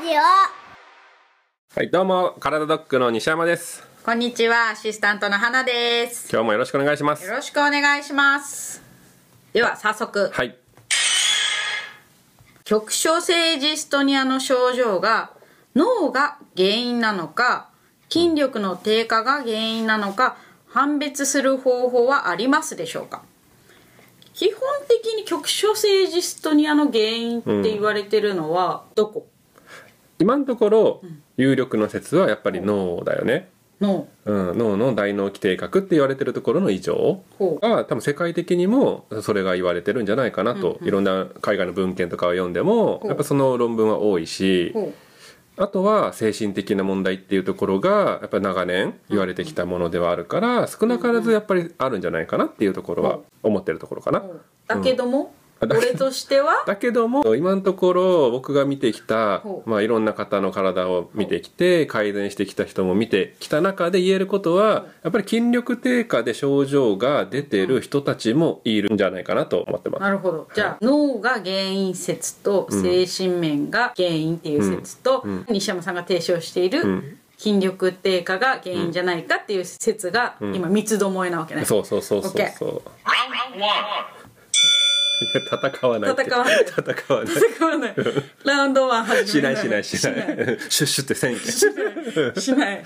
はい、どうも体ドッグの西山です。 こんにちは、アシスタントの花です。 今日もよろしくお願いします。 よろしくお願いします。では早速、 はい、 局所性ジストニアの症状が脳が原因なのか筋力の低下が原因なのか判別する方法はありますでしょうか。基本的に局所性ジストニアの原因って言われてるのはどこ？ 今のところ、有力の説はやっぱり脳だよね。 脳、 脳の大脳基底核って言われてるところの異常が多分世界的にもそれが言われてるんじゃないかなと、いろんな海外の文献とかを読んでもやっぱその論文は多いし、あとは精神的な問題っていうところがやっぱり長年言われてきたものではあるから、少なからずやっぱりあるんじゃないかなっていうところは思ってるところかな。 だけども、俺としてはだけども今のところ僕が見てきた、いろんな方の体を見てきて改善してきた人も見てきた中で言えることは、やっぱり筋力低下で症状が出てる人たちもいるんじゃないかなと思ってます。 なるほど。じゃあ、脳が原因説と精神面が原因っていう説と、西山さんが提唱している、筋力低下が原因じゃないかっていう説が今三つどもえなわけね。 そうそうそうそうそう。戦わない戦わないラウンド1始めないしないシュッシュってせんけしない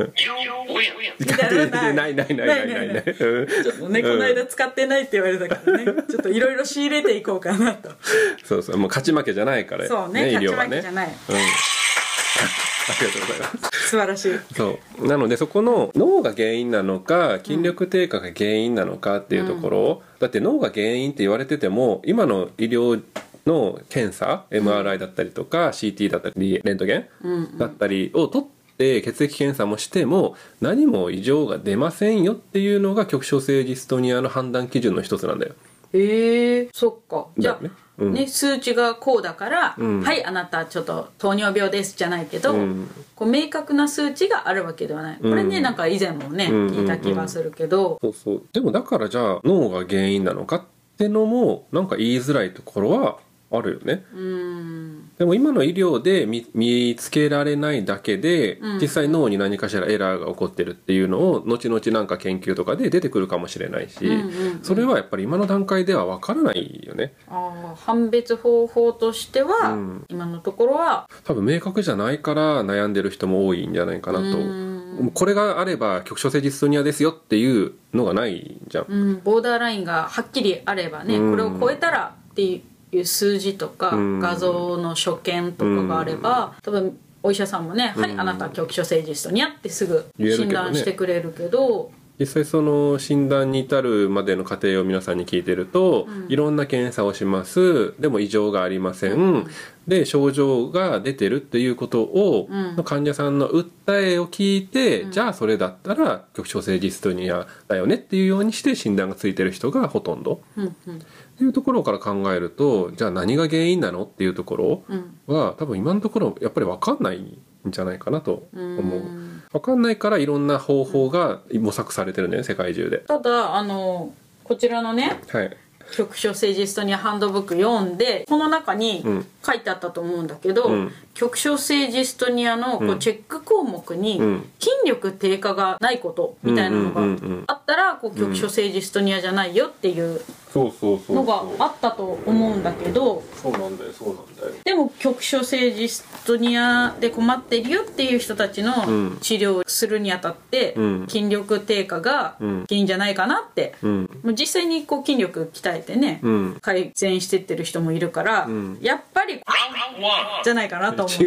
ないちょっとね、この間使ってないって言われたからね、ちょっといろいろ仕入れていこうかなと。 そうそう、もう勝ち負けじゃないからそうね、勝ち負けじゃない。 ありがとうございます。 素晴らしい。 そうなので、そこの脳が原因なのか筋力低下が原因なのかっていうところ、だって脳が原因って言われてても今の医療の検査 MRI だったりとか CT だったりレントゲンだったりを取って血液検査もしても何も異常が出ませんよっていうのが局所性ジストニアの判断基準の一つなんだよ。 そっか。じゃあ数値がこうだから、はいあなたちょっと糖尿病ですじゃないけど、こう明確な数値があるわけではない。これね、なんか以前もね、聞いた気がするけど、 そうでもだからじゃあ脳が原因なのかってのもなんか言いづらいところはあるよね。でも今の医療で見つけられないだけで、実際脳に何かしらエラーが起こってるっていうのを後々なんか研究とかで出てくるかもしれないし、それはやっぱり今の段階では分からないよね。 判別方法としては、今のところは多分明確じゃないから悩んでる人も多いんじゃないかなと。これがあれば局所性ジストニアですよっていうのがないじゃん。 ボーダーラインがはっきりあればね、これを超えたらっていう数字とか画像の所見とかがあれば、多分お医者さんもね、はいあなたは局所性ジストニアってすぐ診断してくれるけど、 実際その診断に至るまでの過程を皆さんに聞いてると、いろんな検査をします。でも異常がありません。で症状が出てるっていうことを、患者さんの訴えを聞いて、じゃあそれだったら局所性ジストニアだよねっていうようにして診断がついてる人がほとんど。っていうところから考えると、じゃあ何が原因なのっていうところは、多分今のところやっぱり分かんないんじゃないかなと思う。分かんないからいろんな方法が模索されてるんだよね、世界中で。 ただこちらのね、局所性ジストニアハンドブック読んで、この中に書いてあったと思うんだけど、局所性ジストニアのこうチェック項目に筋力低下がないことみたいなのがあったら、こう局所性ジストニアじゃないよっていうのがあったと思うんだけど、 そうなんだよ。 でも局所性ジストニアで困ってるよっていう人たちの治療をするにあたって、筋力低下が原因じゃないかなって、実際にこう筋力鍛えてね、改善してってる人もいるから、やっぱりじゃないかなと思う。 違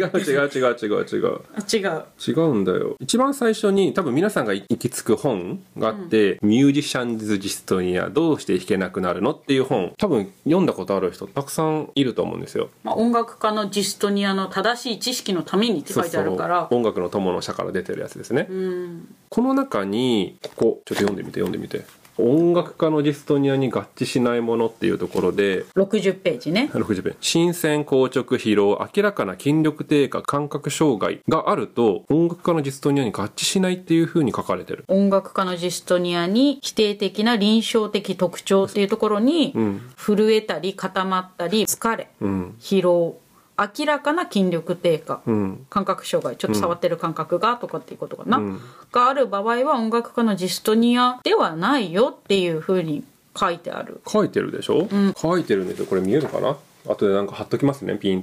うんだよ。一番最初に多分皆さんが行き着く本があって、ミュージシャンズジストニアどうして弾けなくなるのっていう本、多分読んだことある人たくさんいると思うんですよ。 音楽家のジストニアの正しい知識のためにって書いてあるから、 音楽の友の社から出てるやつですね。この中にここちょっと読んでみて。音楽家のジストニアに合致しないものっていうところで 60ページね。 60ページ。新鮮、硬直、疲労、明らかな筋力低下、感覚障害があると音楽家のジストニアに合致しないっていう風に書かれてる。 音楽家のジストニアに否定的な臨床的特徴っていうところに、震えたり固まったり疲れ、疲労、 明らかな筋力低下、感覚障害、ちょっと触ってる感覚がとかっていうことかな、がある場合は音楽家のジストニアではないよっていうふうに書いてある。 書いてるでしょ、書いてるんですよ。これ見えるかな。後でなんか貼っときますね、ピンって。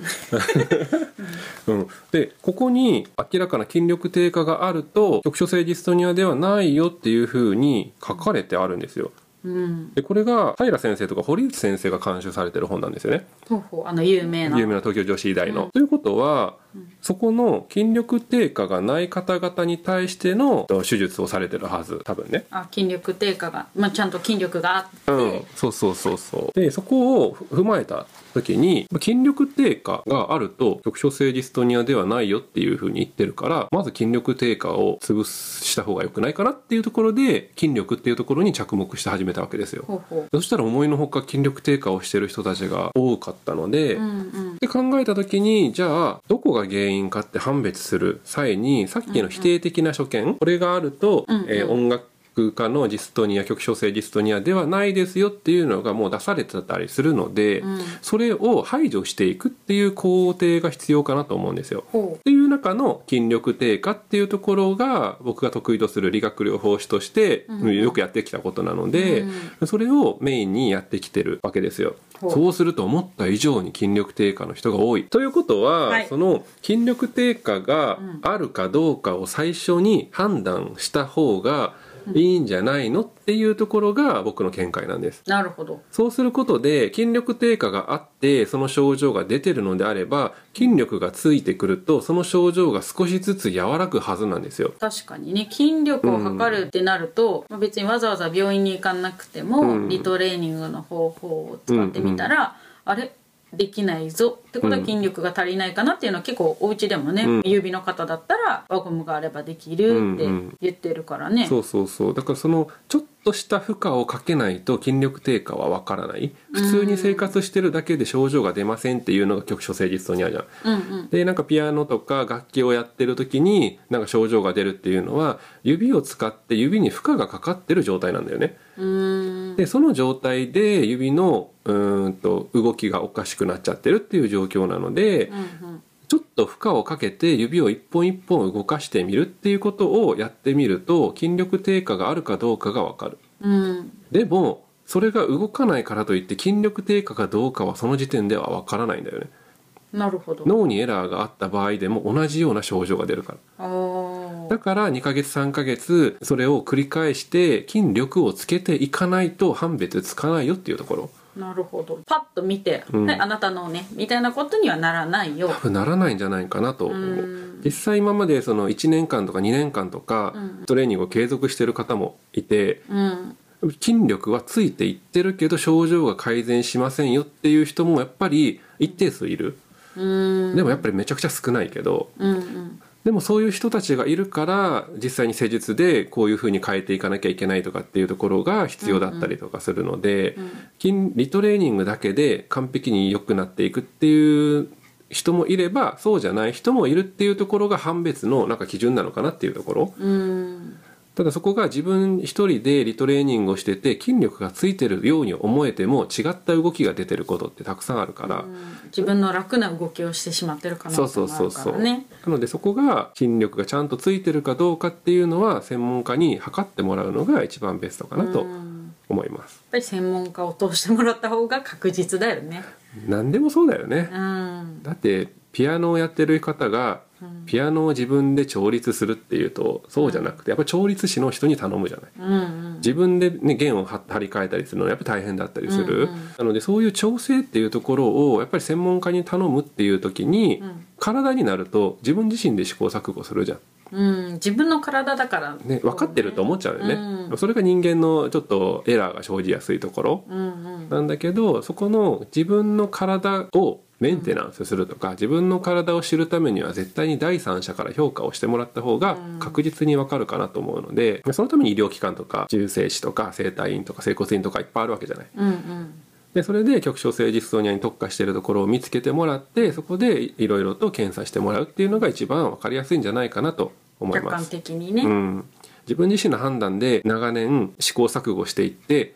でここに明らかな筋力低下があると局所性ジストニアではないよっていうふうに書かれてあるんですよ。でこれが平先生とか堀内先生が監修されてる本なんですよね。 有名な東京女子医大の。ということは、そこの筋力低下がない方々に対しての手術をされてるはず、多分ね。 筋力低下が、ちゃんと筋力があって、 そうでそこを踏まえた時に筋力低下があると局所性ジストニアではないよっていうふうに言ってるから、まず筋力低下を潰した方が良くないかなっていうところで筋力っていうところに着目して始めたわけですよ。そしたら思いのほか筋力低下をしてる人たちが多かったので、で考えた時にじゃあどこが原因かって判別する際にさっきの否定的な所見、これがあると、音楽家のジストニア、局所性ジストニアではないですよっていうのがもう出されてたりするので、それを排除していくっていう工程が必要かなと思うんですよ。っていう中の筋力低下っていうところが僕が得意とする理学療法士としてよくやってきたことなので、それをメインにやってきてるわけですよ。そうすると思った以上に筋力低下の人が多いということは、その筋力低下があるかどうかを最初に判断した方がいいんじゃないのっていうところが僕の見解なんです。 なるほど。 そうすることで筋力低下があってその症状が出てるのであれば、筋力がついてくるとその症状が少しずつ和らぐはずなんですよ。 確かにね、筋力を測るってなると、別にわざわざ病院に行かなくても、リトレーニングの方法を使ってみたら、あれできないぞってことは筋力が足りないかなっていうのは結構お家でもね、指の方だったら輪ゴムがあればできるって言ってるからね。 そうだからそのちょっとした負荷をかけないと筋力低下はわからない。普通に生活してるだけで症状が出ませんっていうのが局所性ジストニアじゃん。でなんかピアノとか楽器をやってる時になんか症状が出るっていうのは指を使って指に負荷がかかってる状態なんだよね。でその状態で指の動きがおかしくなっちゃってるっていう状況なので、ちょっと負荷をかけて指を一本一本動かしてみるっていうことをやってみると筋力低下があるかどうかが分かる。でもそれが動かないからといって筋力低下かどうかはその時点では分からないんだよね。 なるほど。 脳にエラーがあった場合でも同じような症状が出るから。だから2ヶ月3ヶ月それを繰り返して筋力をつけていかないと判別つかないよっていうところ。 なるほど。パッと見て、はい、あなたのねみたいなことにはならないよ。 多分ならないんじゃないかなと思う。実際今までその1年間とか2年間とかトレーニングを継続してる方もいて、筋力はついていってるけど症状が改善しませんよっていう人もやっぱり一定数いる。でもやっぱりめちゃくちゃ少ないけど、でもそういう人たちがいるから実際に施術でこういうふうに変えていかなきゃいけないとかっていうところが必要だったりとかするので、リトレーニングだけで完璧に良くなっていくっていう人もいればそうじゃない人もいるっていうところが判別のなんか基準なのかなっていうところ。ただそこが自分一人でリトレーニングをしてて筋力がついてるように思えても違った動きが出てることってたくさんあるから、 自分の楽な動きをしてしまってる可能性もあるからね。 なのでそこが筋力がちゃんとついてるかどうかっていうのは専門家に測ってもらうのが一番ベストかなと思います。 やっぱり専門家を通してもらった方が確実だよね。 何でもそうだよね。だってピアノをやってる方がピアノを自分で調律するっていうとそうじゃなくてやっぱり調律師の人に頼むじゃない、自分で、ね、弦を張り替えたりするのはやっぱり大変だったりする、なのでそういう調整っていうところをやっぱり専門家に頼むっていう時に、体になると自分自身で試行錯誤するじゃん。 自分の体だから、 ね、分かってると思っちゃうよね、それが人間のちょっとエラーが生じやすいところなんだけど、そこの自分の体をメンテナンスするとか、自分の体を知るためには絶対に第三者から評価をしてもらった方が確実に分かるかなと思うので、そのために医療機関とか重生師とか整体院とか整骨院とかいっぱいあるわけじゃない。でそれで局所性ジストニアに特化しているところを見つけてもらってそこでいろいろと検査してもらうっていうのが一番分かりやすいんじゃないかなと思います。 客観的にね、 自分自身の判断で長年試行錯誤していって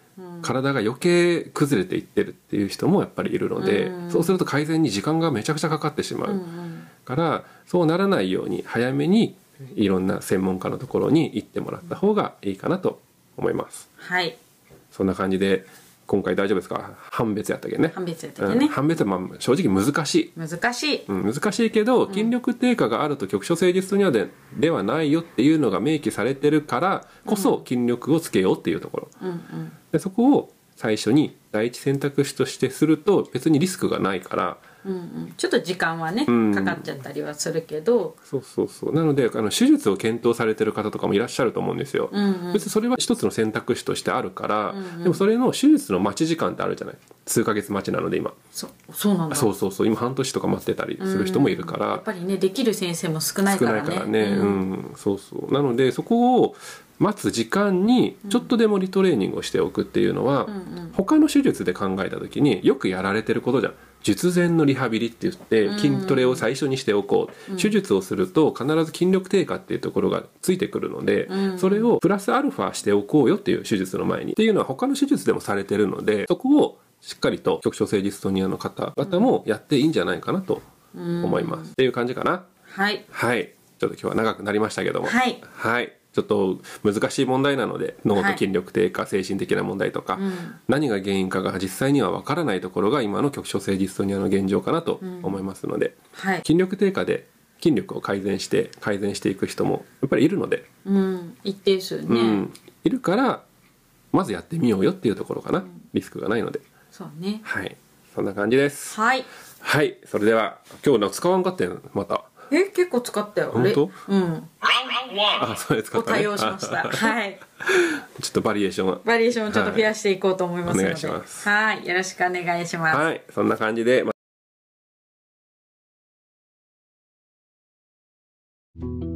体が余計崩れていってるっていう人もやっぱりいるので、そうすると改善に時間がめちゃくちゃかかってしまう、からそうならないように早めにいろんな専門家のところに行ってもらった方がいいかなと思います。 はい、 そんな感じで今回大丈夫ですか？判別やったっけね。 判別やったっけね。 判別はまあ正直難しい。 難しい。 難しいけど、筋力低下があると局所性ジストニアではないよっていうのが明記されてるからこそ筋力をつけようっていうところ。でそこを最初に第一選択肢としてすると別にリスクがないから。 ちょっと時間はね、かかっちゃったりはするけど、 そうなので手術を検討されてる方とかもいらっしゃると思うんですよ、別にそれは一つの選択肢としてあるから、でもそれの手術の待ち時間ってあるじゃない。数ヶ月待ちなので今。 そうなんだ。 そう今半年とか待ってたりする人もいるから、 やっぱりねできる先生も少ないからね。 そうなのでそこを待つ時間にちょっとでもリトレーニングをしておくっていうのは、他の手術で考えた時によくやられてることじゃん。術前のリハビリって言って筋トレを最初にしておこう、手術をすると必ず筋力低下っていうところがついてくるので、それをプラスアルファしておこうよっていう手術の前にっていうのは他の手術でもされてるので、そこをしっかりと局所性ジストニアの方々もやっていいんじゃないかなと思います、っていう感じかな。はい、ちょっと今日は長くなりましたけども、ちょっと難しい問題なので脳と筋力低下、精神的な問題とか、何が原因かが実際には分からないところが今の局所性ジストニアの現状かなと思いますので、筋力低下で筋力を改善していく人もやっぱりいるので、 一定数ね、 いるからまずやってみようよっていうところかな、リスクがないので。 そうね。 そんな感じです。それでは今日の使わんかったよまた。 結構使ったよ。 本当？それ使ったね。 対応しました。 ちょっとバリエーションをちょっと増やしていこうと思いますので、お願いします。よろしくお願いします。 そんな感じで。